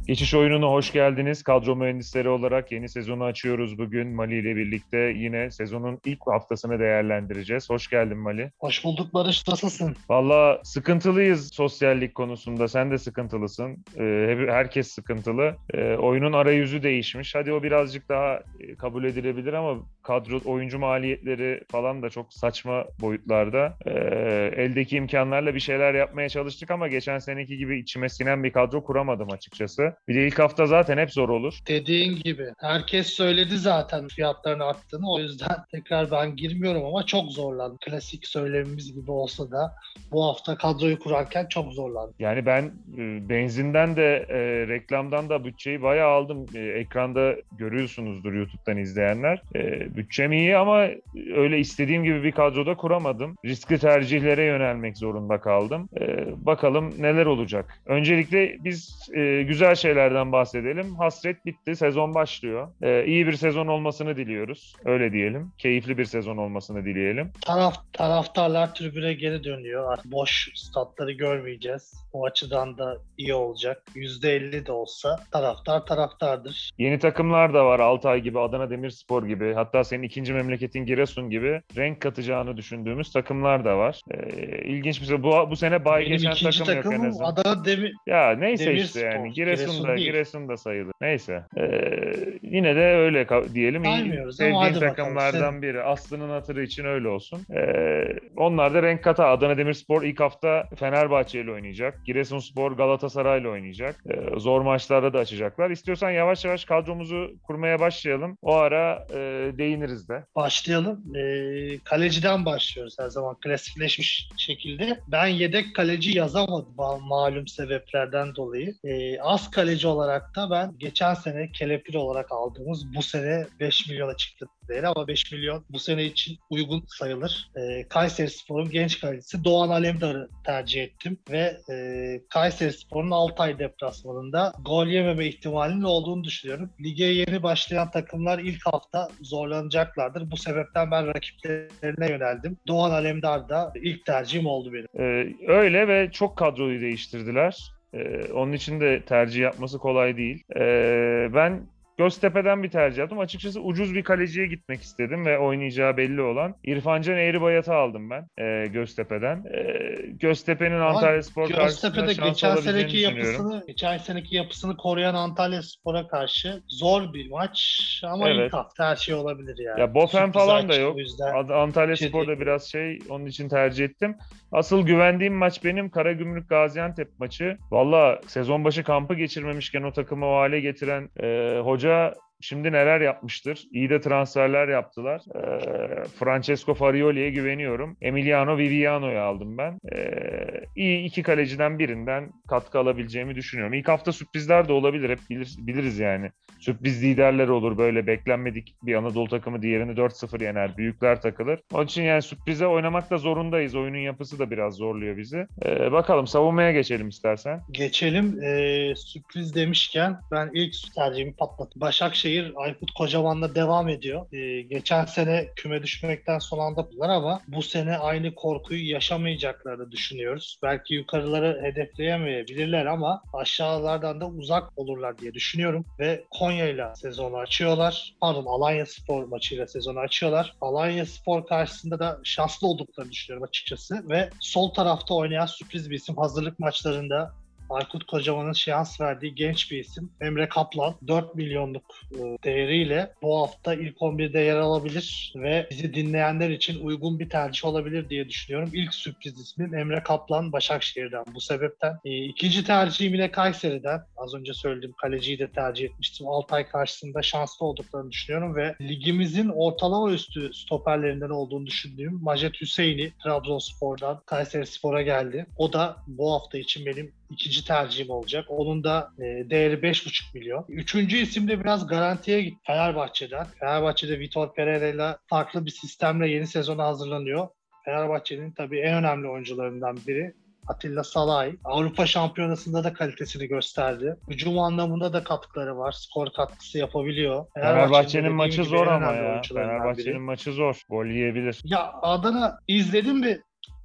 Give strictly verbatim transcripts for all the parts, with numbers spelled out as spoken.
Geçiş oyununa hoş geldiniz. Kadro mühendisleri olarak yeni sezonu açıyoruz bugün. Mali ile birlikte yine sezonun ilk haftasını değerlendireceğiz. Hoş geldin Mali. Hoş bulduk Barış, nasılsın? Valla sıkıntılıyız sosyallik konusunda. Sen de sıkıntılısın. Ee, hep- herkes sıkıntılı. Ee, oyunun arayüzü değişmiş. Hadi o birazcık daha e, kabul edilebilir ama kadro oyuncu maliyetleri falan da çok saçma boyutlarda. Ee, eldeki imkanlarla bir şeyler yapmaya çalıştık ama geçen seneki gibi içime sinen bir kadro kuramadım açıkçası. Bir de ilk hafta zaten hep zor olur. Dediğin gibi herkes söyledi zaten fiyatların arttığını. O yüzden tekrar ben girmiyorum ama çok zorlandım. Klasik söylemimiz gibi olsa da bu hafta kadroyu kurarken çok zorlandım. Yani ben e, benzinden de e, reklamdan da bütçeyi bayağı aldım. E, ekranda görüyorsunuzdur YouTube'dan izleyenler. E, bütçem iyi ama öyle istediğim gibi bir kadroda kuramadım. Riskli tercihlere yönelmek zorunda kaldım. E, bakalım neler olacak. Öncelikle biz e, güzel şeylerden bahsedelim. Hasret bitti, sezon başlıyor. E, iyi bir sezon olmasını diliyoruz. Öyle diyelim. Keyifli bir sezon olmasını dileyelim. Taraf, taraftarlar tribüne geri dönüyor. Artık boş statları görmeyeceğiz. O açıdan da iyi olacak. yüzde elli de olsa taraftar taraftardır. Yeni takımlar da var. Altay gibi, Adana Demirspor gibi, hatta senin ikinci memleketin Giresun gibi renk katacağını düşündüğümüz takımlar da var. Ee, ilginç bir şey. Bu, bu sene bay Benim geçen ikinci takım yok en takımım azından. Adana Demir, Ya neyse işte Demirspor. yani Giresun Giresun da değil. Giresun da sayılır. Neyse. Ee, yine de öyle ka- diyelim. İyi, Saymıyoruz ama sevdiğim hadi bakalım. Sen takımlardan biri. Aslı'nın hatırı için öyle olsun. Ee, onlar da renk kata. Adana Demirspor ilk hafta Fenerbahçe ile oynayacak. Giresunspor Galatasaray ile oynayacak. Ee, zor maçlarda da açacaklar. İstiyorsan yavaş yavaş kadromuzu kurmaya başlayalım. O ara e, değiniriz de. başlayalım. Ee, kaleciden başlıyoruz her zaman klasikleşmiş şekilde. Ben yedek kaleci yazamadım ma- malum sebeplerden dolayı. Ee, az kaleci olarak da ben geçen sene kelepir olarak aldığımız bu sene beş milyona çıktı değeri ama beş milyon bu sene için uygun sayılır. Ee, Kayserispor'un genç kalecisi Doğan Alemdar'ı tercih ettim ve e, Kayserispor'un Altay deplasmanında gol yememe ihtimalinin olduğunu düşünüyorum. Lige yeni başlayan takımlar ilk hafta zorlanacaklardır. Bu sebepten ben rakiplerine yöneldim. Doğan Alemdar da ilk tercihim oldu benim. Ee, öyle ve çok kadroyu değiştirdiler. Ee, onun için de tercih yapması kolay değil. Ee, ben Göztepe'den bir tercih yaptım. Açıkçası ucuz bir kaleciye gitmek istedim ve oynayacağı belli olan İrfancan Eğribayat'ı aldım ben e, Göztepe'den. E, Göztepe'nin Ama Antalyaspor karşısında Göztepe'de şans geçen alabileceğini seneki düşünüyorum. yapısını, geçen seneki yapısını koruyan Antalyaspor'a karşı zor bir maç ama ilk Evet. hafta her şey olabilir yani. Ya Bofen Sürpriz falan da aç o yok. yüzden Ad- bir şey Antalyaspor da diyemiyorum. biraz şey, onun için tercih ettim. Asıl güvendiğim maç benim Karagümrük Gaziantep maçı. Valla sezon başı kampı geçirmemişken o takımı o hale getiren e, hoca şimdi neler yapmıştır? İyi de transferler yaptılar. E, Francesco Farioli'ye güveniyorum. Emiliano Viviano'yu aldım ben. E, iyi iki kaleciden birinden katkı alabileceğimi düşünüyorum. İlk hafta sürprizler de olabilir. Hep bilir, biliriz yani. Sürpriz liderler olur, böyle beklenmedik bir Anadolu takımı diğerini dört sıfır yener. Büyükler takılır. Onun için yani sürprize oynamak da zorundayız. Oyunun yapısı da biraz zorluyor bizi. Ee, bakalım savunmaya geçelim istersen. Geçelim. Ee, sürpriz demişken ben ilk tercihimi patlattım. Başakşehir Aykut Kocaman'la devam ediyor. Ee, geçen sene küme düşmekten son anda buldular ama bu sene aynı korkuyu yaşamayacaklarını düşünüyoruz. Belki yukarıları hedefleyemeyebilirler ama aşağılardan da uzak olurlar diye düşünüyorum. Ve Konya'yla sezonu açıyorlar. Pardon, Alanyaspor maçıyla sezonu açıyorlar. Alanyaspor karşısında da şanslı olduklarını düşünüyorum açıkçası. Ve sol tarafta oynayan sürpriz bir isim hazırlık maçlarında Aykut Kocaman'ın şans verdiği genç bir isim Emre Kaplan dört milyonluk e, değeriyle bu hafta ilk on birde yer alabilir ve bizi dinleyenler için uygun bir tercih olabilir diye düşünüyorum. İlk sürpriz ismim Emre Kaplan Başakşehir'den bu sebepten. E, ikinci tercihim yine Kayseri'den. Az önce söylediğim kaleciyi de tercih etmiştim. Altay karşısında şanslı olduklarını düşünüyorum ve ligimizin ortalama üstü stoperlerinden olduğunu düşündüğüm Majet Hüseyin'i Trabzonspor'dan Kayserispor'a geldi. O da bu hafta için benim ikinci tercihim olacak. Onun da e, değeri beş buçuk milyon. Üçüncü isim de biraz garantiye gitti Fenerbahçe'den. Fenerbahçe'de Vitor Pereira ile farklı bir sistemle yeni sezona hazırlanıyor. Fenerbahçe'nin tabii en önemli oyuncularından biri Atilla Salay. Avrupa Şampiyonası'nda da kalitesini gösterdi. Hücum anlamında da katkıları var. Skor katkısı yapabiliyor. Fenerbahçe'nin de Fenerbahçe'nin dediğim maçı gibi zor en ama önemli ya. oyuncularından Fenerbahçe'nin biri. maçı zor. Gol yiyebilir. Ya Adana izledim mi?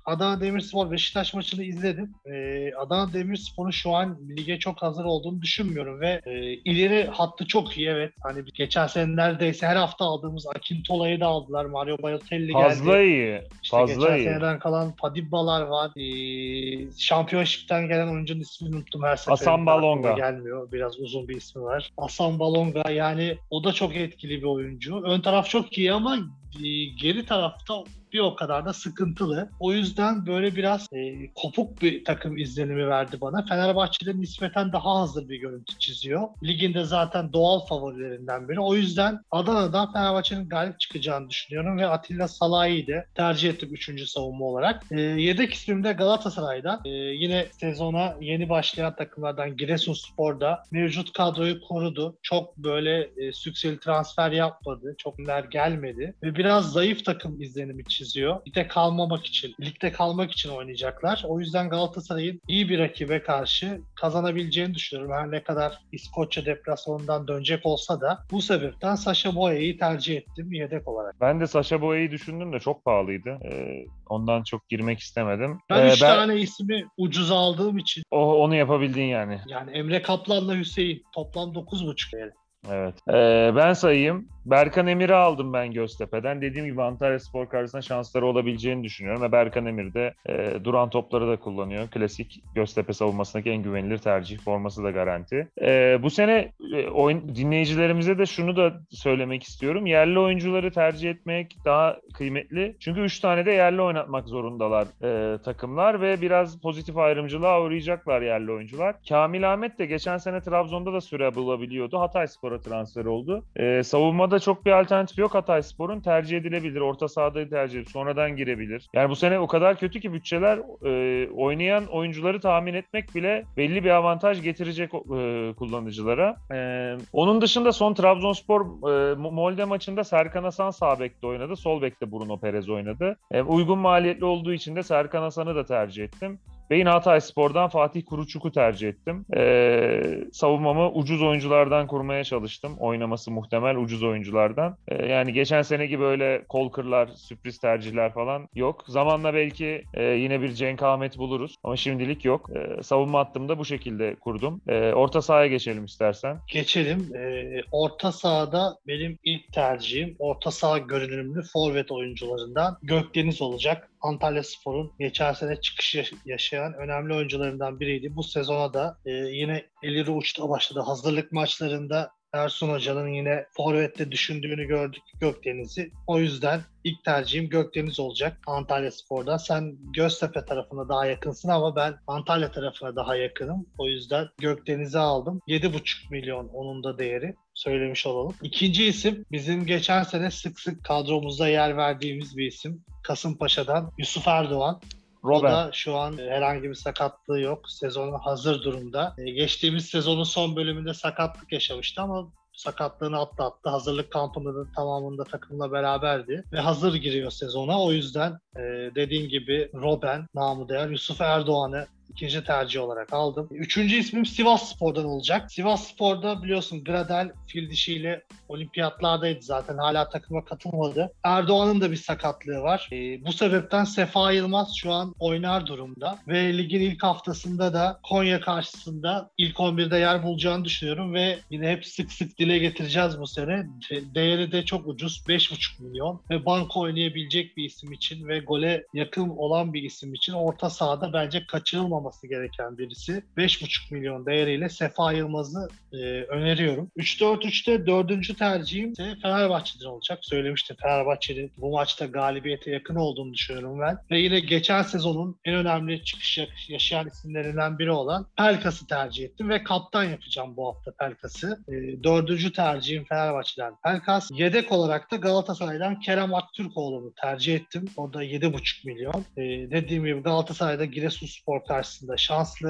Adana Demirspor Beşiktaş maçını izledim. Ee, Adana Demirspor'un şu an lige çok hazır olduğunu düşünmüyorum ve e, ileri hattı çok iyi, evet. Hani geçen sene neredeyse her hafta aldığımız Akintola'yı da aldılar. Mario Balotelli Fazla geldi. iyi. İşte Fazla geçen iyi. seneden kalan Padibbalar var. Ee, Şampiyonşipten gelen oyuncunun ismini unuttum her Hasan seferinde, aklıma Balonga. gelmiyor. Biraz uzun bir ismi var. Hasan Balonga, yani o da çok etkili bir oyuncu. Ön taraf çok iyi ama e, geri tarafta bir o kadar da sıkıntılı. O yüzden böyle biraz e, kopuk bir takım izlenimi verdi bana. Fenerbahçe'de nispeten daha hazır bir görüntü çiziyor. Liginde zaten doğal favorilerinden biri. O yüzden Adana'dan Fenerbahçe'nin galip çıkacağını düşünüyorum ve Atilla Salahi'yi de tercih ettim üçüncü savunma olarak. E, yedek ismim de Galatasaray'dan. E, yine sezona yeni başlayan takımlardan Giresunspor'da mevcut kadroyu korudu. Çok böyle e, sükseli transfer yapmadı. Çok ler gelmedi. Ve biraz zayıf takım izlenimi çiziyor. Ligde kalmamak için, ligde kalmak için oynayacaklar. O yüzden Galatasaray'ın iyi bir rakibe karşı kazanabileceğini düşünüyorum. Her ne kadar İskoçya deplasmanından dönecek olsa da bu sebepten Sacha Boey'i tercih ettim yedek olarak. Ben de Sacha Boey'i düşündüm de çok pahalıydı. Ee, ondan çok girmek istemedim. Ben Ee, üç ben tane ismi ucuz aldığım için, o, onu yapabildin yani. yani Emre Kaplan'la Hüseyin toplam dokuz buçuk yani. Evet. Ee, ben sayayım. Berkan Emir'i aldım ben Göztepe'den. Dediğim gibi Antalyaspor karşısında şansları olabileceğini düşünüyorum ve Berkan Emir de e, duran topları da kullanıyor. Klasik Göztepe savunmasındaki en güvenilir tercih. Forması da garanti. E, bu sene e, oyun, dinleyicilerimize de şunu da söylemek istiyorum. Yerli oyuncuları tercih etmek daha kıymetli. Çünkü üç tane de yerli oynatmak zorundalar e, takımlar ve biraz pozitif ayrımcılığa uğrayacaklar yerli oyuncular. Kamil Ahmet de geçen sene Trabzon'da da süre bulabiliyordu. Hatayspor'a transfer oldu. E, savunmada çok bir alternatif yok Hatayspor'un. Tercih edilebilir. Orta sahada tercih edip sonradan girebilir. Yani bu sene o kadar kötü ki bütçeler e, oynayan oyuncuları tahmin etmek bile belli bir avantaj getirecek e, kullanıcılara. E, onun dışında son Trabzonspor e, Molde maçında Serkan Hasan sağ bekte oynadı. Sol bekte Bruno Perez oynadı. E, uygun maliyetli olduğu için de Serkan Hasan'ı da tercih ettim. Ve yine Hatayspor'dan Fatih Kuruçuk'u tercih ettim. Ee, savunmamı ucuz oyunculardan kurmaya çalıştım. Oynaması muhtemel ucuz oyunculardan. Ee, yani geçen seneki böyle kol kırlar, sürpriz tercihler falan yok. Zamanla belki e, yine bir Cenk Ahmet buluruz. Ama şimdilik yok. Ee, savunma hattımda bu şekilde kurdum. Ee, orta sahaya geçelim istersen. Geçelim. Ee, orta sahada benim ilk tercihim orta saha görünümlü forvet oyuncularından Gökdeniz olacak. Antalyaspor'un geçen sene çıkış yaşayan önemli oyuncularından biriydi. Bu sezona da e, yine ileri uçta başladı. Hazırlık maçlarında Ersun Hoca'nın yine forvette düşündüğünü gördük Gökdeniz'i. O yüzden ilk tercihim Gökdeniz olacak Antalyaspor'dan. Sen Göztepe tarafına daha yakınsın ama ben Antalya tarafına daha yakınım. O yüzden Gökdeniz'i aldım. yedi buçuk milyon onun da değeri. Söylemiş olalım. İkinci isim bizim geçen sene sık sık kadromuzda yer verdiğimiz bir isim. Kasımpaşa'dan Yusuf Erdoğan. Robben. O da şu an herhangi bir sakatlığı yok. Sezona hazır durumda. Geçtiğimiz sezonun son bölümünde sakatlık yaşamıştı ama sakatlığını atlattı. Hazırlık kampında da tamamında takımla beraberdi. Ve hazır giriyor sezona. O yüzden dediğim gibi Robben, namı değer Yusuf Erdoğan'ı ikinci tercih olarak aldım. Üçüncü ismim Sivasspor'dan olacak. Sivasspor'da biliyorsun Gradel fil dişiyle olimpiyatlardaydı zaten. Hala takıma katılmadı. Erdoğan'ın da bir sakatlığı var. E, bu sebepten Sefa Yılmaz şu an oynar durumda. Ve ligin ilk haftasında da Konya karşısında ilk on birde yer bulacağını düşünüyorum ve yine hep sık sık dile getireceğiz bu sene. De- değeri de çok ucuz. beş buçuk milyon ve banko oynayabilecek bir isim için ve gole yakın olan bir isim için orta sahada bence kaçırılmaması gereken birisi. beş buçuk milyon değeriyle Sefa Yılmaz'ı e, öneriyorum. üç dört üçte dördüncü tercihim ise Fenerbahçe'den olacak. Söylemiştim, Fenerbahçe'nin bu maçta galibiyete yakın olduğunu düşünüyorum ben. Ve yine geçen sezonun en önemli çıkış yaşayan isimlerinden biri olan Pelkas'ı tercih ettim ve kaptan yapacağım bu hafta Pelkas'ı. E, dördüncü tercihim Fenerbahçe'den Pelkas. Yedek olarak da Galatasaray'dan Kerem Aktürkoğlu'nu tercih ettim. O da yedi buçuk milyon. E, dediğim gibi Galatasaray'da Giresunspor karşısında şanslı.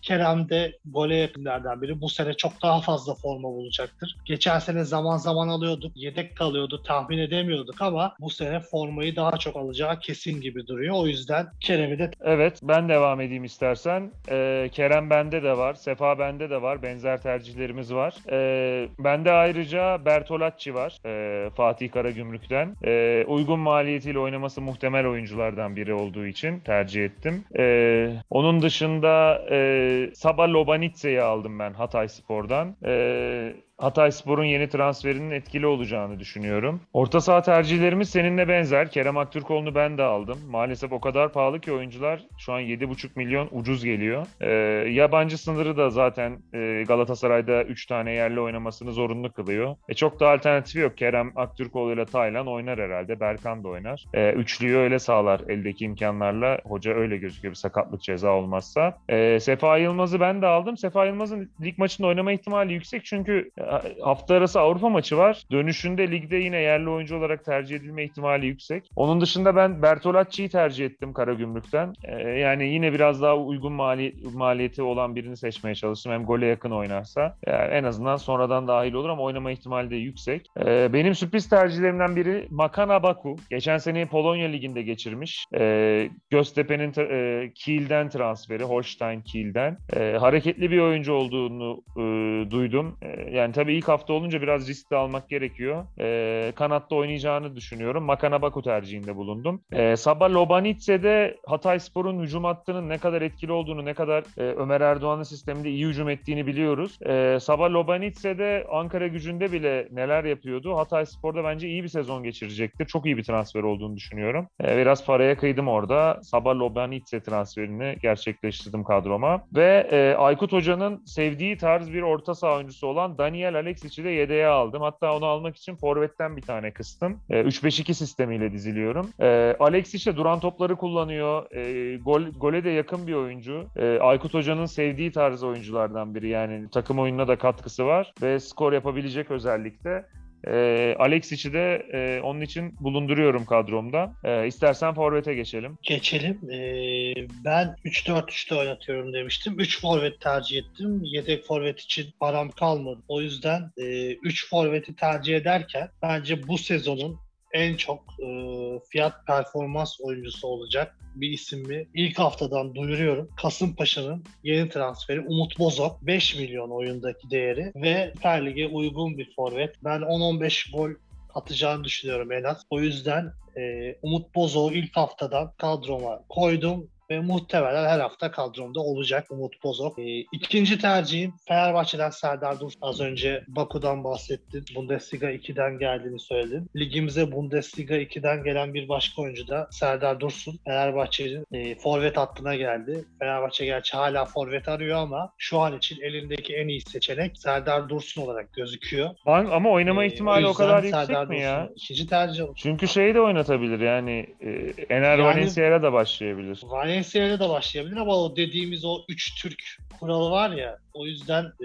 Kerem de gole yakınlardan biri. Bu sene çok daha fazla forma bulacaktır. Geçen sene zaman zaman alıyorduk, yedek kalıyordu, tahmin edemiyorduk ama bu sene formayı daha çok alacağı kesin gibi duruyor. O yüzden Kerem'i de Evet, ben devam edeyim istersen. Ee, Kerem bende de var, Sefa bende de var. Benzer tercihlerimiz var. Ee, bende ayrıca Bertolacci var, ee, Fatih Karagümrük'ten. Ee, uygun maliyetiyle oynaması muhtemel oyunculardan biri olduğu için tercih ettim. Ee, onun dışında e, Saba Lobanitse'yi aldım ben Hatayspor'dan. Ee, Hatayspor'un yeni transferinin etkili olacağını düşünüyorum. Orta saha tercihlerimiz seninle benzer. Kerem Aktürkoğlu'nu ben de aldım. Maalesef o kadar pahalı ki oyuncular şu an yedi buçuk milyon ucuz geliyor. Ee, yabancı sınırı da zaten e, Galatasaray'da üç tane yerli oynamasını zorunlu kılıyor. E, çok da alternatifi yok. Kerem Aktürkoğlu ile Taylan oynar herhalde. Berkan da oynar. E, üçlüyü öyle sağlar eldeki imkanlarla. Hoca öyle gözüküyor bir sakatlık ceza olmazsa. E, Sefa Yılmaz'ı ben de aldım. Sefa Yılmaz'ın lig maçında oynama ihtimali yüksek çünkü hafta arası Avrupa maçı var. Dönüşünde ligde yine yerli oyuncu olarak tercih edilme ihtimali yüksek. Onun dışında ben Bertolacci'yi tercih ettim Karagümrük'ten. Ee, yani yine biraz daha uygun mali maliyeti olan birini seçmeye çalıştım. Hem gole yakın oynarsa. Yani en azından sonradan dahil olur ama oynama ihtimali de yüksek. Ee, benim sürpriz tercihlerimden biri Makan Baku. Geçen seneyi Polonya Ligi'nde geçirmiş. Ee, Göztepe'nin e, Kiel'den transferi. Holstein Kiel'den. Ee, hareketli bir oyuncu olduğunu e, duydum. E, yani tabii ilk hafta olunca biraz risk de almak gerekiyor. E, kanatta oynayacağını düşünüyorum. Makan Baku tercihinde bulundum. E, Saba Lobanitse'de Hatayspor'un hücum hattının ne kadar etkili olduğunu, ne kadar e, Ömer Erdoğan'ın sisteminde iyi hücum ettiğini biliyoruz. E, Saba Lobanitse'de Ankara Gücü'nde bile neler yapıyordu. Hatayspor'da bence iyi bir sezon geçirecektir. Çok iyi bir transfer olduğunu düşünüyorum. E, biraz paraya kıydım orada. Saba Lobanitse transferini gerçekleştirdim kadroma. Ve e, Aykut Hoca'nın sevdiği tarz bir orta saha oyuncusu olan Daniel Alexic'i de yedeğe aldım. Hatta onu almak için forvetten bir tane kıstım. E, üç beş iki sistemiyle diziliyorum. E, Alexic de duran topları kullanıyor. E, gol, gole de yakın bir oyuncu. E, Aykut Hoca'nın sevdiği tarz oyunculardan biri. Yani takım oyununa da katkısı var ve skor yapabilecek özellikle. E, Alexic'i de e, onun için bulunduruyorum kadromda. E, istersen forvete geçelim. geçelim. Ee, ben üç dört üçte oynatıyorum demiştim. üç forvet tercih ettim. Yedek forvet için param kalmadı. O yüzden e, üç forveti tercih ederken bence bu sezonun en çok e, fiyat performans oyuncusu olacak bir ismi ilk haftadan duyuruyorum. Kasımpaşa'nın yeni transferi Umut Bozok. beş milyon oyundaki değeri ve Süper Lig'e uygun bir forvet. Ben on on beş gol atacağını düşünüyorum en az. O yüzden e, Umut Bozok'u ilk haftadan kadroma koydum ve muhtemelen her hafta kadromda olacak Umut Bozok. E, ikinci tercihim Fenerbahçe'den Serdar Dursun. Az önce Baku'dan bahsettim. Bundesliga ikiden geldiğini söyledim. Ligimize Bundesliga ikiden gelen bir başka oyuncu da Serdar Dursun. Fenerbahçe'nin e, forvet hattına geldi. Fenerbahçe gerçi hala forvet arıyor ama şu an için elindeki en iyi seçenek Serdar Dursun olarak gözüküyor. Ama oynama E, ihtimali o, o kadar yüksek Serdar mi ya? İkinci tercih olur. Çünkü şeyi de oynatabilir yani e, Ener yani, Valencia'yla da başlayabilir. Valencia'yla da başlayabilir ama o dediğimiz o üç Türk kuralı var ya, o yüzden e,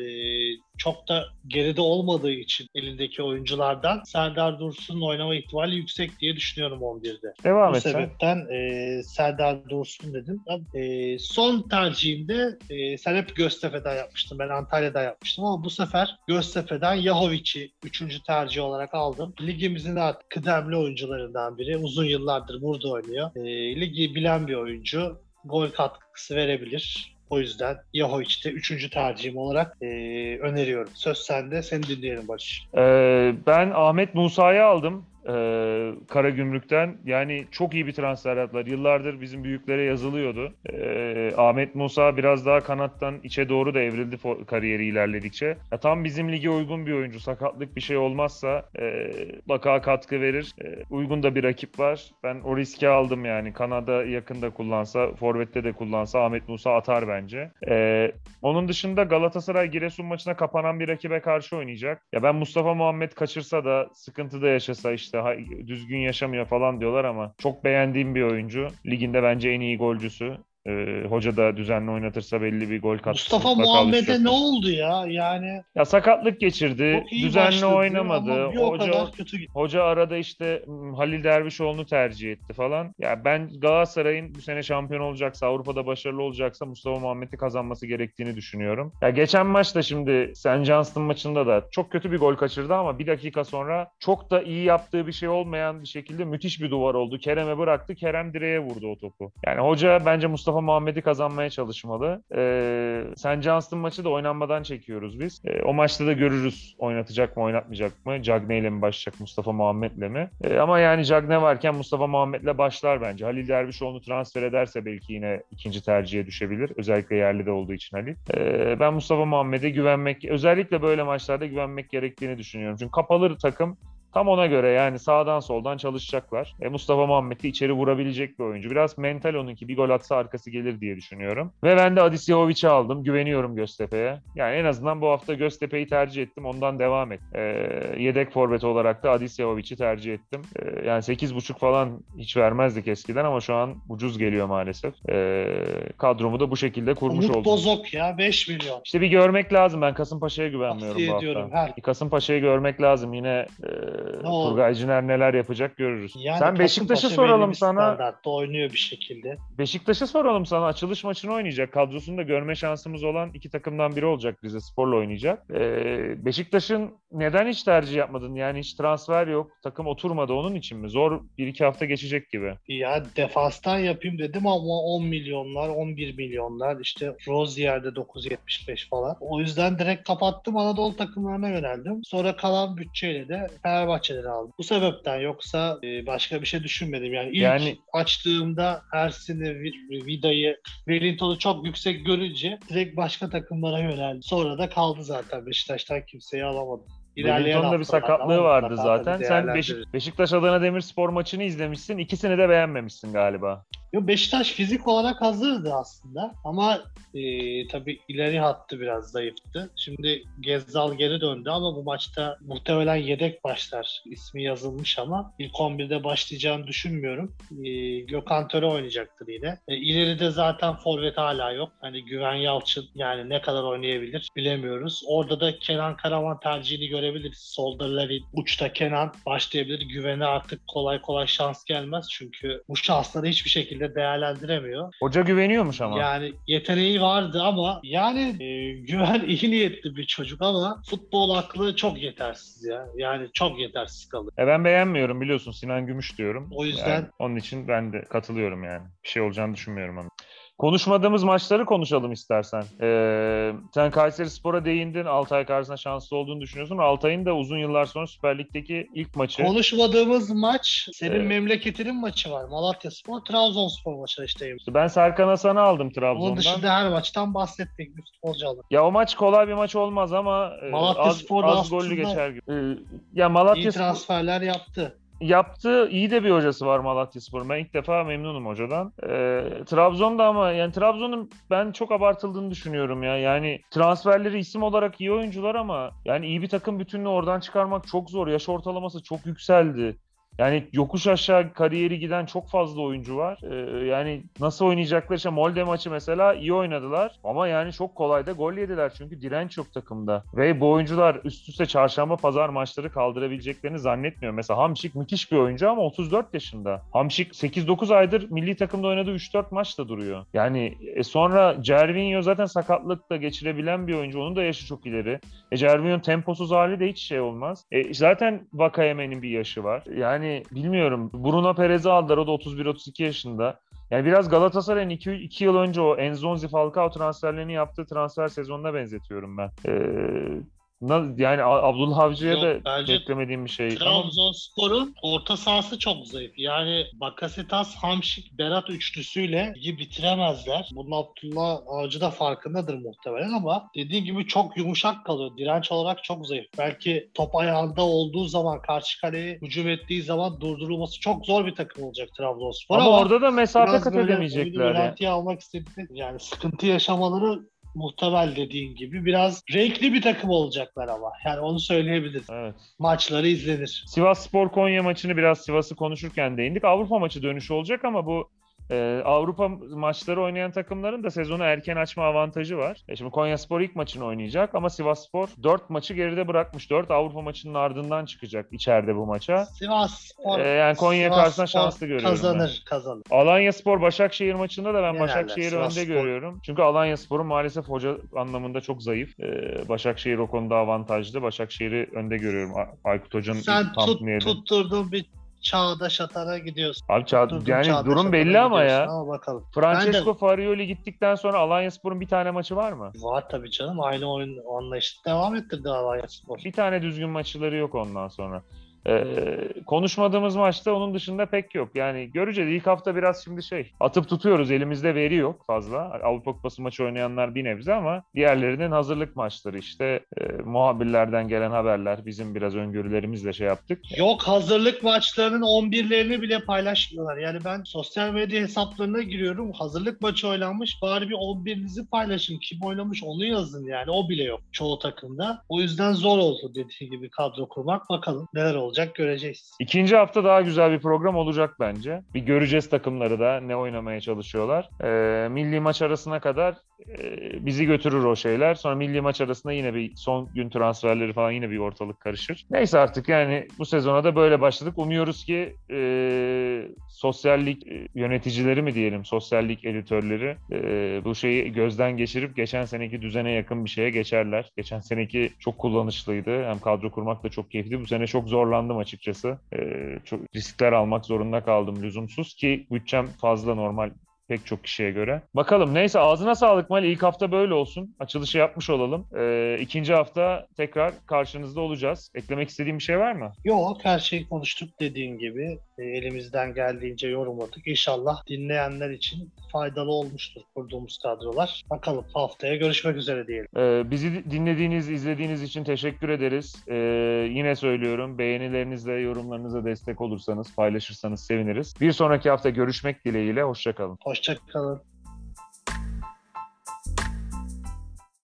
çok da geride olmadığı için elindeki oyunculardan Serdar Dursun'un oynama ihtimali yüksek diye düşünüyorum on birde. Devam Bu et sebepten e, Serdar Dursun dedim. E, son tercihimde e, sen hep Göztepe'den yapmıştın. Ben Antalya'dan yapmıştım ama bu sefer Göztepe'den Yahovic'i üçüncü tercih olarak aldım. Ligimizin artık kıdemli oyuncularından biri. Uzun yıllardır burada oynuyor. E, ligi bilen bir oyuncu. Gol katkısı verebilir. O yüzden Yahovic'te üçüncü tercihim olarak e, öneriyorum. Söz sende. Seni dinleyelim Barış. Ee, ben Ahmet Musa'yı aldım. Ee, Karagümrük'ten. Yani çok iyi bir transfer yaptılar. Yıllardır bizim büyüklere yazılıyordu. Ee, Ahmet Musa biraz daha kanattan içe doğru da evrildi kariyeri ilerledikçe. Ya, tam bizim lige uygun bir oyuncu. Sakatlık bir şey olmazsa e, mutlaka katkı verir. E, uygun da bir rakip var. Ben o riski aldım yani. Kanada yakında kullansa, forvette de kullansa Ahmet Musa atar bence. E, onun dışında Galatasaray Giresun maçına kapanan bir rakibe karşı oynayacak. Ya ben Mustafa Muhammed kaçırsa da sıkıntı da yaşasa işte düzgün yaşamıyor falan diyorlar ama çok beğendiğim bir oyuncu. Liginde bence en iyi golcüsü. Ee, hoca da düzenli oynatırsa belli bir gol katkısı Mustafa mutlaka Muhammed'e ne oluşacaktır. oldu ya? Yani Ya sakatlık geçirdi, çok iyi düzenli başladı oynamadı. ama bir o Hoca kadar kötü gitti. hoca arada işte m, Halil Dervişoğlu'nu tercih etti falan. Ya ben Galatasaray'ın bu sene şampiyon olacaksa, Avrupa'da başarılı olacaksa Mustafa Muhammed'i kazanması gerektiğini düşünüyorum. Ya geçen maçta şimdi Saint Johnston maçında da çok kötü bir gol kaçırdı ama bir dakika sonra çok da iyi yaptığı bir şey olmayan bir şekilde müthiş bir duvar oldu. Kerem'e bıraktı, Kerem direğe vurdu o topu. Yani hoca bence Mustafa Muhammed'i kazanmaya çalışmalı. Ee, Saint Johnston maçı da oynanmadan çekiyoruz biz. Ee, o maçta da görürüz oynatacak mı oynatmayacak mı? Cagney ile mi başlayacak Mustafa Muhammed'le mi? Ee, ama yani Cagney varken Mustafa Muhammed'le başlar bence. Halil Dervişoğlu'nu transfer ederse belki yine ikinci tercihe düşebilir. Özellikle yerli de olduğu için Halil. Ee, ben Mustafa Muhammed'e güvenmek, özellikle böyle maçlarda güvenmek gerektiğini düşünüyorum. Çünkü kapalı takım tam ona göre yani sağdan soldan çalışacaklar. E, Mustafa Muhammed'i içeri vurabilecek bir oyuncu. Biraz mental onunki, bir gol atsa arkası gelir diye düşünüyorum. Ve ben de Adisiyovic'i aldım. Güveniyorum Göztepe'ye. Yani en azından bu hafta Göztepe'yi tercih ettim. Ondan devam et. E, yedek forvet olarak da Adisiyovic'i tercih ettim. E, yani sekiz buçuk falan hiç vermezdik eskiden ama şu an ucuz geliyor maalesef. E, kadromu da bu şekilde kurmuş Umut oldum. Bozok ya beş milyon. İşte bir görmek lazım. Ben Kasımpaşa'ya güvenmiyorum Tavsiye bu hafta. ediyorum her. Bir Kasımpaşa'yı görmek lazım. Yine e, Ne o? Turgay Ciner neler yapacak görürüz. Yani Sen Beşiktaş'ı Kasımpaşa belli soralım bir sana. standartta oynuyor bir şekilde. Beşiktaş'ı soralım sana. Açılış maçını oynayacak. Kadrosunu da görme şansımız olan iki takımdan biri olacak. Rizespor'la oynayacak. Ee, Beşiktaş'ın neden hiç tercih yapmadın? Yani hiç transfer yok. Takım oturmadı onun için mi? Zor bir iki hafta geçecek gibi. Ya defanstan yapayım dedim ama on milyonlar, on bir milyonlar, işte Rozier'de dokuz yetmiş beş falan. O yüzden direkt kapattım, Anadolu takımlarına yöneldim. Sonra kalan bütçeyle de Fenerbahçe'den aldım. Bu sebepten, yoksa e, başka bir şey düşünmedim. Yani ilk Yani açtığımda Ersin'i, Vi- Vida'yı, Wellington'u çok yüksek görünce direkt başka takımlara yöneldim. Sonra da kaldı zaten. Beşiktaş'tan kimseyi alamadım. İlerleyen Wellington'da bir haftalarda sakatlığı ama vardı mutlaka zaten. tabii Sen değerlendiririz. Beşik Beşiktaş Adana Demirspor maçını izlemişsin. İkisini de beğenmemişsin galiba. Yo, Beşiktaş fizik olarak hazırdı aslında ama e, tabii ileri hattı biraz zayıftı. Şimdi Gezzal geri döndü ama bu maçta muhtemelen yedek başlar. İsmi yazılmış ama ilk on birde başlayacağını düşünmüyorum. E, Gökhan Töre oynayacaktır yine. E, ileride zaten forvet hala yok. Hani Güven Yalçın yani ne kadar oynayabilir bilemiyoruz. Orada da Kenan Karaman tercihini görebiliriz. Solda Larin, uçta Kenan başlayabilir. Güven'e artık kolay kolay şans gelmez çünkü bu şansları hiçbir şekilde değerlendiremiyor. Hoca güveniyormuş ama. Yani yeteneği vardı ama yani e, Güven iyi niyetli bir çocuk ama futbol aklı çok yetersiz ya. Yani çok yetersiz kalıyor. E ben beğenmiyorum biliyorsun, Sinan Gümüş diyorum. O yüzden Yani onun için ben de katılıyorum yani. Bir şey olacağını düşünmüyorum ama. Konuşmadığımız maçları konuşalım istersen. Ee, sen Kayserispor'a değindin. Altay karşısında şanslı olduğunu düşünüyorsun. Altay'ın da uzun yıllar sonra Süper Lig'deki ilk maçı. konuşmadığımız maç senin Evet. memleketinin maçı var. Malatyaspor, Trabzonspor maçı işte. Ben Serkan Hasan'ı aldım Onun Trabzon'dan. dışında her maçtan bahsettik bir futbolcu alır. Ya o maç kolay bir maç olmaz ama e, az, Malatyaspor'da az aslında gollü geçer gibi. Ee, ya İyi Malatyaspor transferler yaptı. yaptı. İyi de bir hocası var Malatyaspor'un. Ben ilk defa memnunum hocadan. Ee, Trabzon'da ama yani Trabzon'un ben çok abartıldığını düşünüyorum ya. Yani transferleri isim olarak iyi oyuncular ama yani iyi bir takım bütününü oradan çıkarmak çok zor. Yaş ortalaması çok yükseldi. Yani yokuş aşağı kariyeri giden çok fazla oyuncu var. Ee, yani nasıl oynayacaklar? İşte Molde maçı mesela iyi oynadılar. Ama yani çok kolay da gol yediler. Çünkü direnç yok takımda. Ve bu oyuncular üst üste çarşamba pazar maçları kaldırabileceklerini zannetmiyorum. Mesela Hamşik müthiş bir oyuncu ama otuz dört yaşında. Hamşik sekiz dokuz aydır milli takımda oynadığı üç dört maçta duruyor. Yani e, sonra Cervinho zaten sakatlık da geçirebilen bir oyuncu. Onun da yaşı çok ileri. E Cervinho'nun temposuz hali de hiç şey olmaz. E, zaten Vakayeme'nin bir yaşı var. Yani bilmiyorum. Bruno Perez'i aldılar. O da otuz bir otuz iki yaşında. Yani biraz Galatasaray'ın iki yıl önce o Enzonzi Falcao transferlerini yaptığı transfer sezonuna benzetiyorum ben. Ee, na- yani A- Abdullah Avcı'ya Yok, da bence beklemediğim bir şey. Ama Trabzonspor'un orta sahası çok zayıf. Yani Bakasetas, Hamşik, Berat üçlüsüyle ligi bitiremezler. Bunun Abdullah Avcı da farkındadır muhtemelen ama dediğim gibi çok yumuşak kalıyor. Direnç olarak çok zayıf. Belki top ayağında olduğu zaman, karşı kaleye hücum ettiği zaman durdurulması çok zor bir takım olacak Trabzonspor ama ama orada da mesafe biraz kat böyle oyunu edemeyecekler yani. garantiye almak istedikleri, yani sıkıntı yaşamaları muhtemel dediğin gibi. Biraz renkli bir takım olacaklar ama. Yani onu söyleyebiliriz. Evet. Maçları izlenir. Sivasspor Konya maçını biraz Sivas'ı konuşurken değindik. Avrupa maçı dönüşü olacak ama bu Ee, Avrupa maçları oynayan takımların da sezonu erken açma avantajı var. E şimdi Konyaspor ilk maçını oynayacak ama Sivasspor dört maçı geride bırakmış. dört Avrupa maçının ardından çıkacak içeride bu maça. Sivasspor Ee, yani Konya karşısında şanslı görüyorum kazanır, ben. kazanır. Alanyaspor Başakşehir maçında da ben Yenerler. Başakşehir'i önde Sivasspor. görüyorum. Çünkü Alanyaspor'un maalesef hoca anlamında çok zayıf. Ee, Başakşehir o konuda avantajlı. Başakşehir'i önde görüyorum. A- Aykut Hoca'nın Sen ilk tut, kampını yedi. tutturdun bir Çağdaş Atar'a gidiyorsun. Abi ça- Tutturdun yani Çağdaş durum Atar'a belli ama gidiyorsun ya. ama bakalım. Francesco Ben de Farioli gittikten sonra Alanyaspor'un bir tane maçı var mı? var tabii canım. Aynı oyun anlayışını devam ettirdi Alanyaspor. Bir tane düzgün maçları yok ondan sonra. Ee, konuşmadığımız maçta onun dışında pek yok. Yani göreceğiz. İlk hafta biraz şimdi şey atıp tutuyoruz. Elimizde veri yok fazla. Avrupa Kupası maçı oynayanlar bir nebze ama diğerlerinin hazırlık maçları işte e, muhabirlerden gelen haberler. Bizim biraz öngörülerimizle şey yaptık. Yok, hazırlık maçlarının on birlerini bile paylaşmıyorlar. Yani ben sosyal medya hesaplarına giriyorum. Hazırlık maçı oynanmış. Bari bir on birinizi paylaşın. Kim oynamış onu yazın yani. O bile yok çoğu takımda. O yüzden zor oldu dediği gibi kadro kurmak. Bakalım neler olacak göreceğiz. İkinci hafta daha güzel bir program olacak bence. Bir göreceğiz takımları da ne oynamaya çalışıyorlar. Ee, milli maç arasına kadar e, bizi götürür o şeyler. Sonra milli maç arasında yine bir son gün transferleri falan yine bir ortalık karışır. Neyse artık yani bu sezona da böyle başladık. Umuyoruz ki e, sosyallik e, yöneticileri mi diyelim, sosyallik editörleri e, bu şeyi gözden geçirip geçen seneki düzene yakın bir şeye geçerler. Geçen seneki çok kullanışlıydı. Hem kadro kurmak da çok keyifli. Bu sene çok zorlandım açıkçası. Ee, çok riskler almak zorunda kaldım lüzumsuz ki bütçem fazla normal pek çok kişiye göre. Bakalım neyse ağzına sağlık Mali. İlk hafta böyle olsun. Açılışı yapmış olalım. Ee, ikinci hafta tekrar karşınızda olacağız. Eklemek istediğim bir şey var mı? Yok, her şeyi konuştuk dediğin gibi. E, elimizden geldiğince yorumladık. İnşallah dinleyenler için faydalı olmuştur kurduğumuz kadrolar. Bakalım haftaya görüşmek üzere diyelim. Ee, bizi dinlediğiniz, izlediğiniz için teşekkür ederiz. Ee, yine söylüyorum beğenilerinizle, yorumlarınıza destek olursanız, paylaşırsanız seviniriz. Bir sonraki hafta görüşmek dileğiyle. Hoşça kalın. Hoşça kalın.